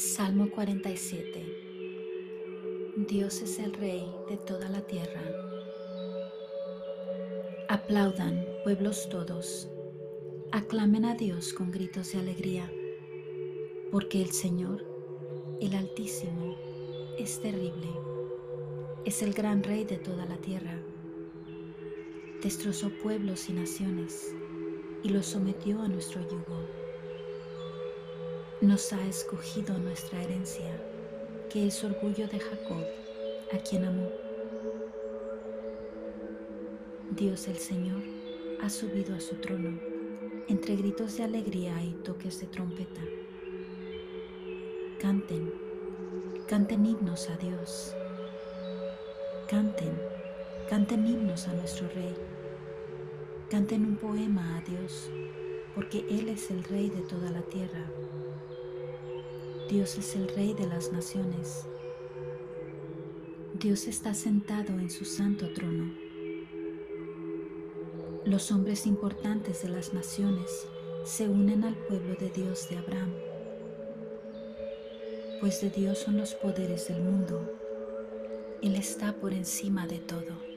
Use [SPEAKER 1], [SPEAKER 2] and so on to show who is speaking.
[SPEAKER 1] Salmo 47. Dios es el Rey de toda la tierra. Aplaudan, pueblos todos, aclamen a Dios con gritos de alegría, porque el Señor, el Altísimo, es terrible, es el gran Rey de toda la tierra. Destrozó pueblos y naciones, y los sometió a nuestro yugo. Nos ha escogido nuestra herencia, que es orgullo de Jacob, a quien amó. Dios el Señor ha subido a su trono, entre gritos de alegría y toques de trompeta. Canten, canten himnos a Dios. Canten, canten himnos a nuestro Rey. Canten un poema a Dios, porque Él es el Rey de toda la tierra. Dios es el Rey de las naciones. Dios está sentado en su santo trono. Los hombres importantes de las naciones se unen al pueblo de Dios de Abraham, pues de Dios son los poderes del mundo. Él está por encima de todo.